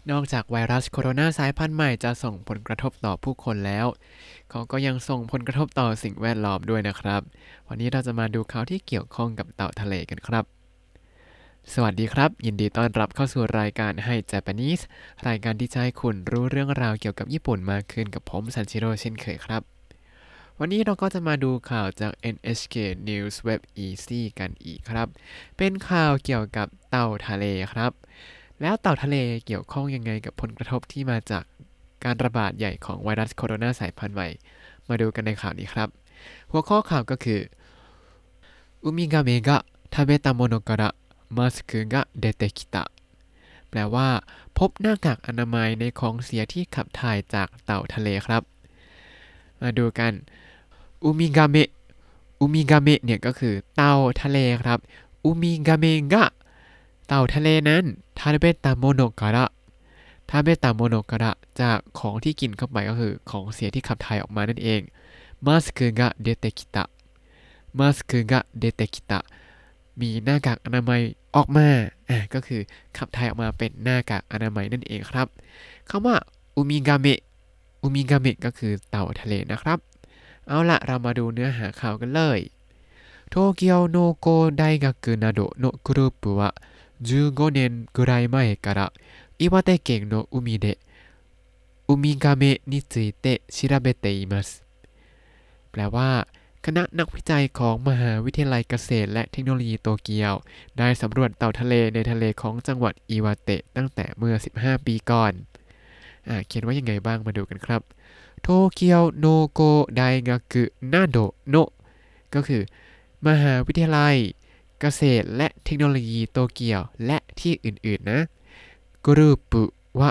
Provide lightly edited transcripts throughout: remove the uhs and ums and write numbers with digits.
นอกจากไวรัสโคโรนาสายพันธุ์ใหม่จะส่งผลกระทบต่อผู้คนแล้วเขาก็ยังส่งผลกระทบต่อสิ่งแวดล้อมด้วยนะครับวันนี้เราจะมาดูข่าวที่เกี่ยวข้องกับเต่าทะเลกันครับสวัสดีครับยินดีต้อนรับเข้าสู่รายการให้ Japanese รายการที่จะให้คุณรู้เรื่องราวเกี่ยวกับญี่ปุ่นมากขึ้นกับผมซันชิโร่เช่นเคยครับวันนี้เราก็จะมาดูข่าวจาก NHK News Web Easy กันอีกครับเป็นข่าวเกี่ยวกับเต่าทะเลครับ แล้วเต่าทะเลเกี่ยวข้องยังไงกับผลกระทบที่มาจากการระบาดใหญ่ของไวรัสโคโรนาสายพันธุ์ใหม่มาดูกันในข่าวนี้ครับหัวข้อข่าวก็คือウミガメが食べたものからマスクが出てきたแปลว่าพบหน้ากากอนามัยในของเสียที่ขับถ่ายจากเต่าทะเลครับมาดูกันอุมิกาเมะอุมิกาเมะเนี่ยก็คือเต่าทะเลครับอุมิกาเมะกะเต่าทะเลนั้นทาเบตาโมโนการะ ทาเบตาโมโนกะระจากของที่กินเข้าไปก็คือของเสียที่ขับถ่ายออกมานั่นเองมาสกุกะเดเตคิตะมาสกุกะเดเตคิตะมีหน้ากากอนามัยออกมาก็คือขับถ่ายออกมาเป็นหน้ากากอนามัยนั่นเองครับคำว่าอุมิกาเมะอุมิกาเมะก็คือเต่าทะเลนะครับเอาละเรามาดูเนื้อหาข่าวกันเลยโตเกียวโนโกไดกะなどのグループは15年ぐらい前から岩手県の海でウミガメについて調べていますแปลว่าคณะนักวิจัยของมหาวิทยาลัยเกษตรและเทคโนโลยีโตเกียวได้สำรวจเต่าทะเลในทะเลของจังหวัดอิวาเตะตั้งแต่เมื่อ15ปีก่อนเขียนว่ายังไงบ้างมาดูกันครับโตเกียวโนโกไดงากุนาโดโนะก็คือมหาวิทยาลัยเกษตรและเทคโนโลยีโตเกียวและที่อื่นๆนะกรุ๊ปวะ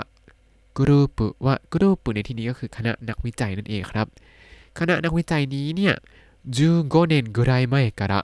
กรุ๊ปในที่นี้ก็คือคณะนักวิจัยนั่นเองครับคณะนักวิจัยนี้เนี่ย15年ぐらい前から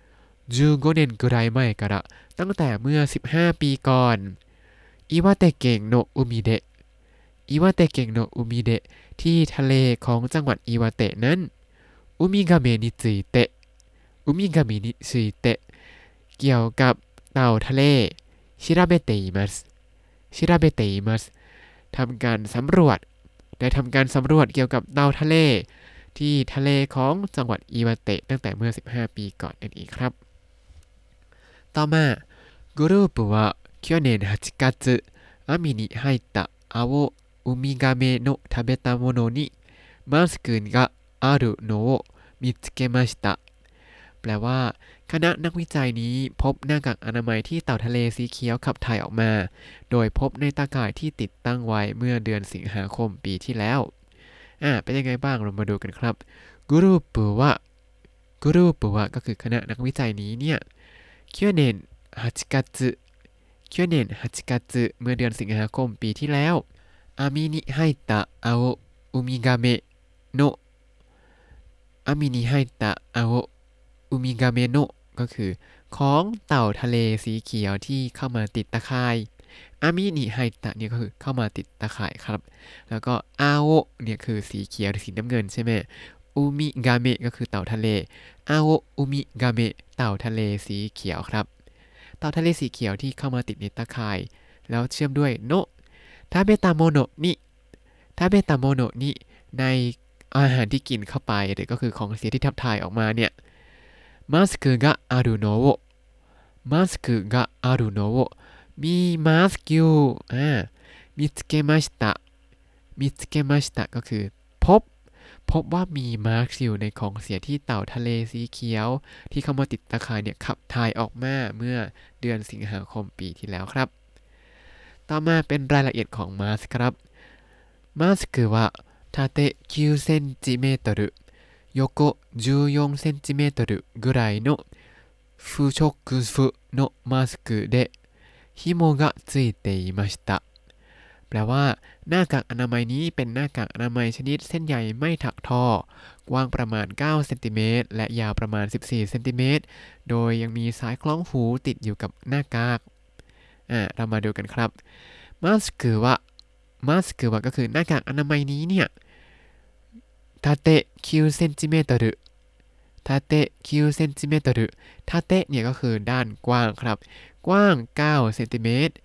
15年ぐらい前からตั้งแต่เมื่อ15ปีก่อนอิวาเตเกะโนะอุมิเดะอิวาเตเกะโนะอุมิเดะที่ทะเลของจังหวัดอิวาเตะนั้นอุมิกาเมะนิจิเตะอุมิกาเมะนิจิเตะเกี่ยวกับเต่าทะเลชิราเบเตอิมัสชิราเบเตอิมัสทำการสำรวจได้ทำการสำรวจเกี่ยวกับเต่าทะเลที่ทะเลของจังหวัดอิวาเตะตั้งแต่เมื่อ15ปีก่อนนั่นเองครับต่อมากรุ๊ปは去年8月網に入った青ウミガメの食べたものにマスクがあるのを見つけましたแปลว่าคณะนักวิจัยนี้พบหน้ากากอนามัยที่เต่าทะเลสีเขียวขับถ่ายออกมาโดยพบในตาข่ายที่ติดตั้งไว้เมื่อเดือนสิงหาคมปีที่แล้วเป็นยังไงบ้างเรามาดูกันครับกรุ๊ปว่ากรุ๊ปว่าก็คือคณะนักวิจัยนี้เนี่ย去年8月去年8月เมื่อเดือนสิงหาคมปีที่แล้ว網に入った青ウミガメの網に入った青อุมิกาเมโนะก็คือของเต่าทะเลสีเขียวที่เข้ามาติดตะข่ายอามินิไฮตะเนี่ยก็คือเข้ามาติดตะข่ายครับแล้วก็อาโอเนี่ยคือสีเขียวหรือสีน้ำเงินใช่ไหมอุมิกาเมะก็คือเต่าทะเลอาโออุมิกาเมะเต่าทะเลสีเขียวครับเต่าทะเลสีเขียวที่เข้ามาติดในตะข่ายแล้วเชื่อมด้วยโนะทาเบตาโมโนะนิทาเบตาโมโนะนิในอาหารที่กินเข้าไปหรือก็คือของเสียที่ทับถ่ายออกมาเนี่ยマスクがあるのをマスクがあるのをมีมาสก์อยู่見つけました見つけましたก็คือพบว่ามีมาร์กอยู่ในของเสียที่เต่าทะเลสีเขียวที่เข้ามาติดตะข่ายเนี่ยขับถ่ายออกมาเมื่อเดือนสิงหาคมปีที่แล้วครับต่อมาเป็นรายละเอียดของมาสก์ครับมาสก์は縦9センチメートル横14センチメートルぐらいの不織布のマスクで紐がついていましたแปลว่าหน้ากากอนามัยนี้เป็นหน้ากากอนามัยชนิดเส้นใยไม่ถักทอกว้างประมาณ9เซนติเมตรและยาวประมาณ14เซนติเมตรโดยยังมีสายคล้องหูติดอยู่กับหน้ากากเรามาดูกันครับมาสก์ว่าก็คือหน้ากากอนามัยนี้เนี่ย縦9เซนติเมตร縦9เซนติเมตร縦เนี่ยก็คือด้านกว้างครับกว้าง9เซนติเมตร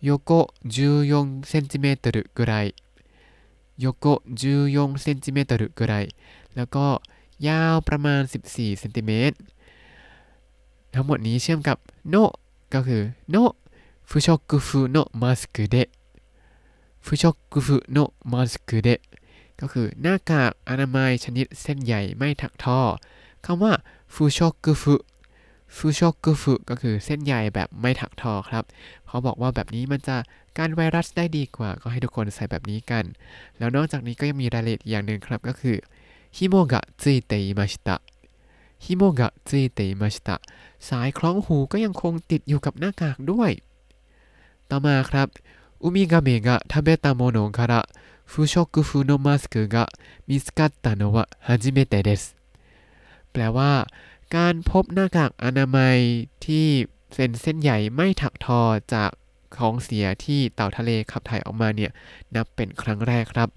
横14センチメートルぐらい横14เซนติเมตรぐらいแล้วก็ยาวประมาณ14เซนติเมตรทั้งหมดนี้เชื่อมกับโนก็คือโน不織布のマスクで不織布のマスクでก็คือหน้ากากอนามัยชนิดเส้นใหญ่ไม่ถักทอคำว่าฟูชอกกุฟุฟูชอกกุฟุก็คือเส้นใยแบบไม่ถักทอครับเขาบอกว่าแบบนี้มันจะกันไวรัสได้ดีกว่าก็ให้ทุกคนใส่แบบนี้กันแล้วนอกจากนี้ก็ยังมีรายละเอียดอย่างหนึ่งครับก็คือฮิโมกะついていましたฮิโมกะついていましたสายคล้องหูก็ยังคงติดอยู่กับหน้ากากด้วยต่อมาครับウミガメが食べたものから不織布のマスクが見つかったのは初めてですแปลว่าการพบหน้ากากอนามัยที่เป็นเส้นใหญ่ไม่ถักทอจากของเสียที่เต่าทะเลขับถ่ายออกมาเนี่ยนับเป็นครั้งแรกครับ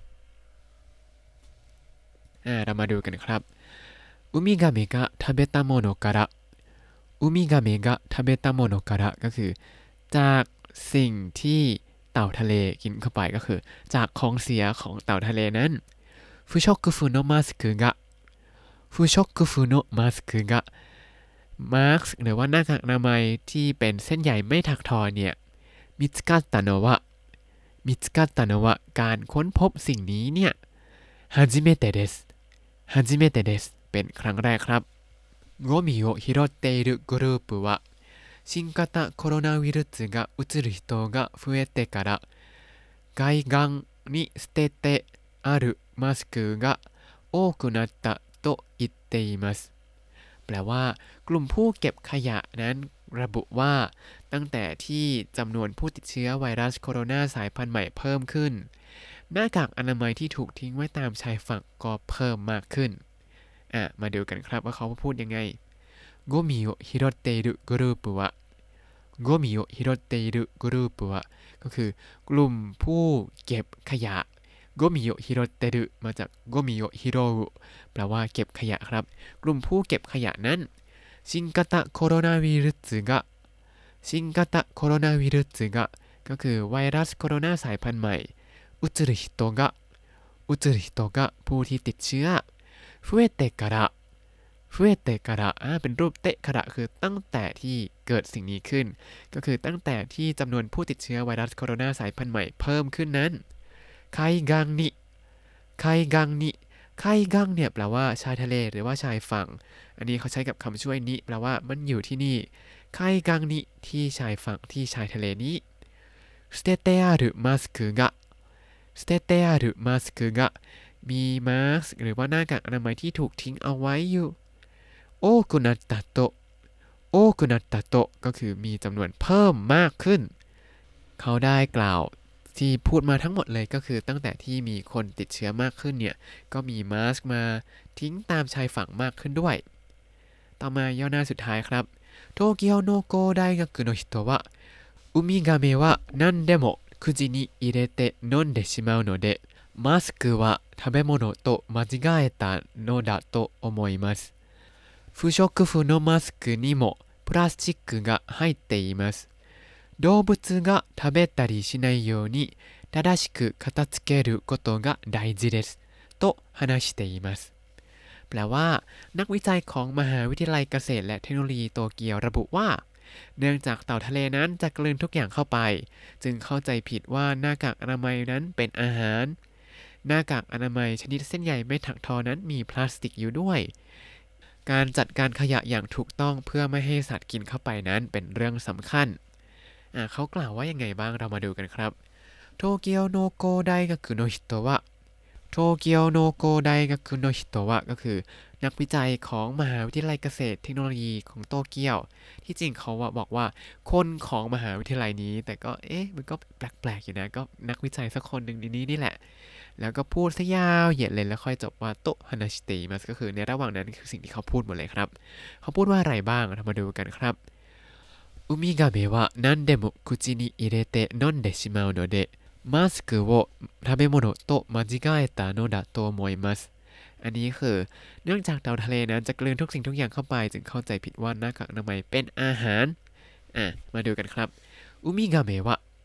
เรามาดูกันครับウミガメが食べたものからウミガメが食べたものからก็คือจากสิ่งที่เต่าทะเลกินเข้าไปก็คือจากของเสียของเต่าทะเลนั้น不織布のマスクが不織布のマスクがมาสก์หรือว่าหน้ากากอนามัยที่เป็นเส้นใหญ่ไม่ถักทอเนี่ยมิつかったのはมิつかったのはการค้นพบสิ่งนี้เนี่ย初めてです初めてですเป็นครั้งแรกครับゴミを拾っているグループは新型コロナウイルスがうつる人が増えてから外岸に捨ててあるマスクが多くなったと言っていますแปลว่ากลุ่มผู้เก็บขยะนั้นระบุว่าตั้งแต่ที่จำนวนผู้ติดเชื้อไวรัสโคโรนาสายพันธุ์ใหม่เพิ่มขึ้นหน้ากากอนามัยที่ถูกทิ้งไว้ตามชายฝั่งก็เพิ่มมากขึ้นมาดูกันครับว่าเขาพูดยังไงゴミを拾っているグループはゴミを拾っているグループはก็คือกลุ่มผู้เก็บขยะゴミを拾ってるมาจากゴミを拾うแปลว่าเก็บขยะครับกลุ่มผู้เก็บขยะนั้น新型コロナウイルスが新型コロナウイルスがก็คือไวรัสโคโรนาสายพันธุ์ใหม่うつる人がうつる人がผู้ที่ติดเชื้อ増えてから増えてからเป็นรูปเตะคาระคือตั้งแต่ที่เกิดสิ่งนี้ขึ้นก็คือตั้งแต่ที่จำนวนผู้ติดเชื้อไวรัสโคโรนาสายพันธุ์ใหม่เพิ่มขึ้นนั้นไคกังนิไคกังนิไคกังเนี่ยแปลว่าชายทะเลหรือว่าชายฝั่งอันนี้เขาใช้กับคำช่วยนิแปลว่ามันอยู่ที่นี่ไคกังนิที่ชายฝั่งที่ชายทะเลนี้สเตเตอารุมาสกุกะสเตเตอารุมาสกุกะมีมาสก์หรือว่าหน้ากากอนามัยที่ถูกทิ้งเอาไว้อยู่โอคุนัตตะโตโอคุนัตตะโตก็คือมีจำนวนเพิ่มมากขึ้นเขาได้กล่าวที่พูดมาทั้งหมดเลยก็คือตั้งแต่ที่มีคนติดเชื้อมากขึ้นเนี่ยก็มีมาสก์มาทิ้งตามชายฝั่งมากขึ้นด้วยต่อมาย่อหน้าสุดท้ายครับโตเกียวโนโกไดガクの人はウミガメは何でも口に入れて飲んでしまうのでマスクは食べ物と間違えたのだと思います不織布のマスクにもプラスチックが入っています動物が食べたりしないように正しく片付けることが大事ですと話していますแปลว่านักวิจัยของมหาวิทยาลัยเกษตรและเทคโนโลยีโตเกียวระบุว่าเนื่องจากเต่าทะเลนั้นจะกลืนทุกอย่างเข้าไปจึงเข้าใจผิดว่าหน้ากากอนามัยนั้นเป็นอาหารหน้ากากอนามัยชนิดเส้นใยไม่ถักทอนั้นมีพลาสติกอยู่ด้วยการจัดการขยะอย่างถูกต้องเพื่อไม่ให้สัตว์กินเข้าไปนั้นเป็นเรื่องสำคัญเขากล่าวว่ายังไงบ้างเรามาดูกันครับโตเกียวโนโกไดกะคุโนฮิโตะโตเกียวโนโกไดกะคุโนฮิโตะก็คือนักวิจัยของมหาวิทยาลัยเกษตรเทคโนโลยีของโตเกียวที่จริงเขาบอกว่าคนของมหาวิทยาลัยนี้แต่ก็มันก็แปลกๆอยู่นะก็นักวิจัยสักคนหนึ่งในนี้นี่แหละแล้วก็พูดซะยาวเหยียดเลยแล้วค่อยจบว่าโตฮานาชิเตะมัสก็คือในระหว่างนั้นคือสิ่งที่เขาพูดหมดเลยครับเขาพูดว่าอะไรบ้างเรามาดูกันครับウミガメは何でも口に入れて飲んでしまうのでマスクを食べ物と間違えたのだと思いますอันนี้คือเนื่องจากเต่าทะเลนั้นจะกลืนทุกสิ่งทุกอย่างเข้าไปจึงเข้าใจผิดว่าหน้ากากอนามัยเป็นอาหารมาดูกันครับอุมิกาเมะวะ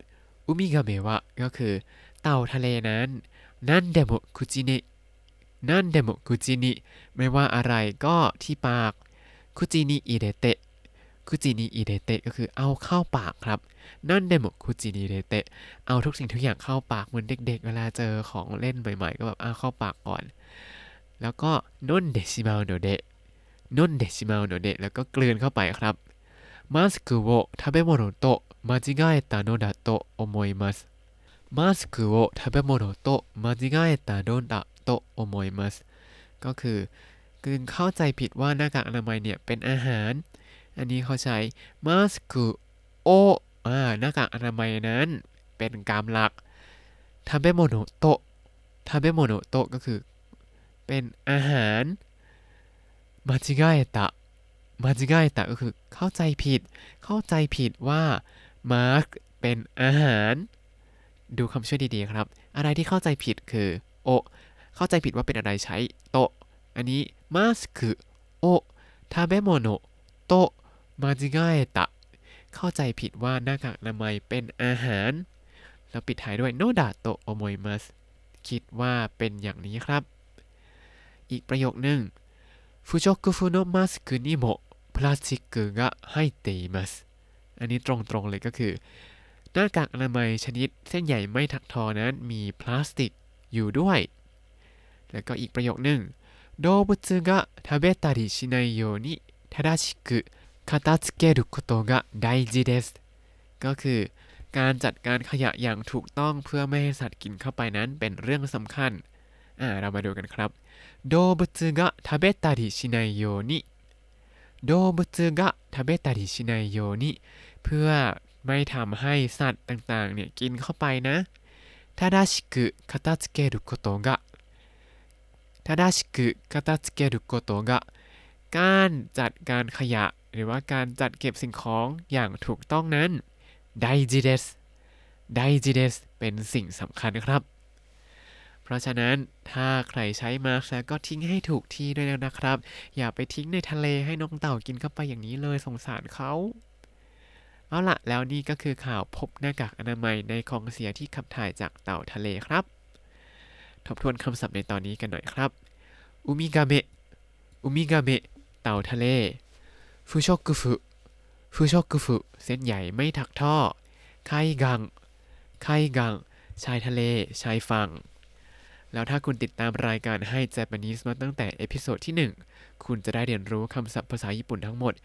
อุมิกาเมะวะก็คือเต่าทะเลนั้นนันเดโมคุจินินันเดโมคุจินิไม่ว่าอะไรก็ที่ปากคุจินิอิเดเตะคุจินิอิเดเตะก็คือเอาเข้าปากครับนั่นเดโมคุจินิอิเดเตะเอาทุกสิ่งทุกอย่างเข้าปากเหมือนเด็กๆเวลาเจอของเล่นใหม่ๆก็แบบเอาเข้าปากก่อนแล้วก็นนเดชิมาโนเดะนนเดชิมาโนเดะแล้วก็กลืนเข้าไปครับマスクを食べ物と間違えたのだと思います。マスクを食べ物と間違えたのだと思いますก็คือเข้าใจผิดว่าหน้ากากอนามัยเนี่ยเป็นอาหารอันนี้เขาใช้มาสกุโอหน้ากากอนามัยนั้นเป็นกามหลักทาเบโมโนโตะทาเบโมโนโตะก็คือเป็นอาหารมาจิกาเอตะมาจิกาเอตะก็คือเข้าใจผิดว่ามาร์กเป็นอาหารดูคำช่วยดีๆครับอะไรที่เข้าใจผิดคือโอเข้าใจผิดว่าเป็นอะไรใช้โตะอันนี้มาสกุโอทาเบโมโนโตะมาจิกาเอตะเข้าใจผิดว่าหน้ากากอนามัยเป็นอาหารแล้วปิดท้ายด้วยโนดะโตะโอโมยมัสคิดว่าเป็นอย่างนี้ครับอีกประโยคนึงฟูจกุฟุโนะมัสกุนิโมพลาสติกกะไฮเตอิมัสอันนี้ตรงๆเลยก็คือหน้ากากอนามัยชนิดเส้นใหญ่ไม่ถักทอนั้นมีพลาสติกอยู่ด้วยแล้วก็อีกประโยคนึง動物が食べたりしないように正しく片付けることが大事ですก็คือการจัดการขยะอย่างถูกต้องเพื่อไม่ให้สัตว์กินเข้าไปนั้นเป็นเรื่องสำคัญเรามาดูกันครับ動物が食べたりしないように動物が食べたりしないようにเพื่อไม่ทำให้สัตว์ต่างๆเนี่ยกินเข้าไปนะ正しく片付けることが正しく片付けることがการจัดการขยะหรือว่าการจัดเก็บสิ่งของอย่างถูกต้องนั้น大事です大事ですเป็นสิ่งสำคัญครับเพราะฉะนั้นถ้าใครใช้มาร์กแล้วก็ทิ้งให้ถูกที่ด้วยนะครับอย่าไปทิ้งในทะเลให้นกเต่ากินเข้าไปอย่างนี้เลยสงสารเขาเอาล่ะแล้วนี่ก็คือข่าวพบหน้ากากอนามัยในของเสียที่ขับถ่ายจากเต่าทะเลครับทบทวนคำศัพท์ในตอนนี้กันหน่อยครับอุมิกาเมะอุมิกาเมะเต่าทะเลฟุชกุฟุฟุชกุฟุเส้นใหญ่ไม่ถักท่อไคกังไคกังชายทะเลชายฝั่งแล้วถ้าคุณติดตามรายการให้ Japanese มาตั้งแต่เอพิโซดที่ 1คุณจะได้เรียนรู้คำศัพท์ภาษาญี่ปุ่นทั้งหมด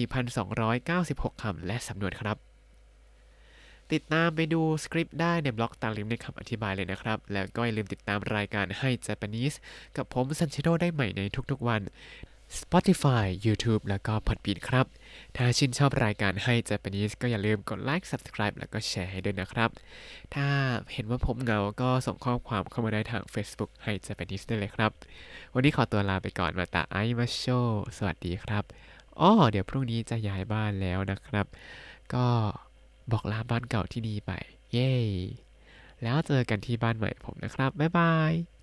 4,296 คำและสำนวนครับติดตามไปดูสคริปต์ได้ในบล็อกตามลิงก์ในคำอธิบายเลยนะครับแล้วก็อย่าลืมติดตามรายการให้ Japanese กับผมซันชิโร่ได้ใหม่ในทุกๆวัน Spotify YouTube แล้วก็ Podbean ครับถ้าชื่นชอบรายการให้ Japanese ก็อย่าลืมกดไลค์ Subscribe แล้วก็แชร์ให้ด้วยนะครับถ้าเห็นว่าผมเหงาก็ส่งข้อความเข้ามาได้ทาง Facebook ให้ Japanese ได้เลยครับวันนี้ขอตัวลาไปก่อนมาตาไอมาโชสวัสดีครับเดี๋ยวพรุ่งนี้จะย้ายบ้านแล้วนะครับก็บอกลาบ้านเก่าที่ดีไปเย้แล้วเจอกันที่บ้านใหม่ผมนะครับบ๊ายบาย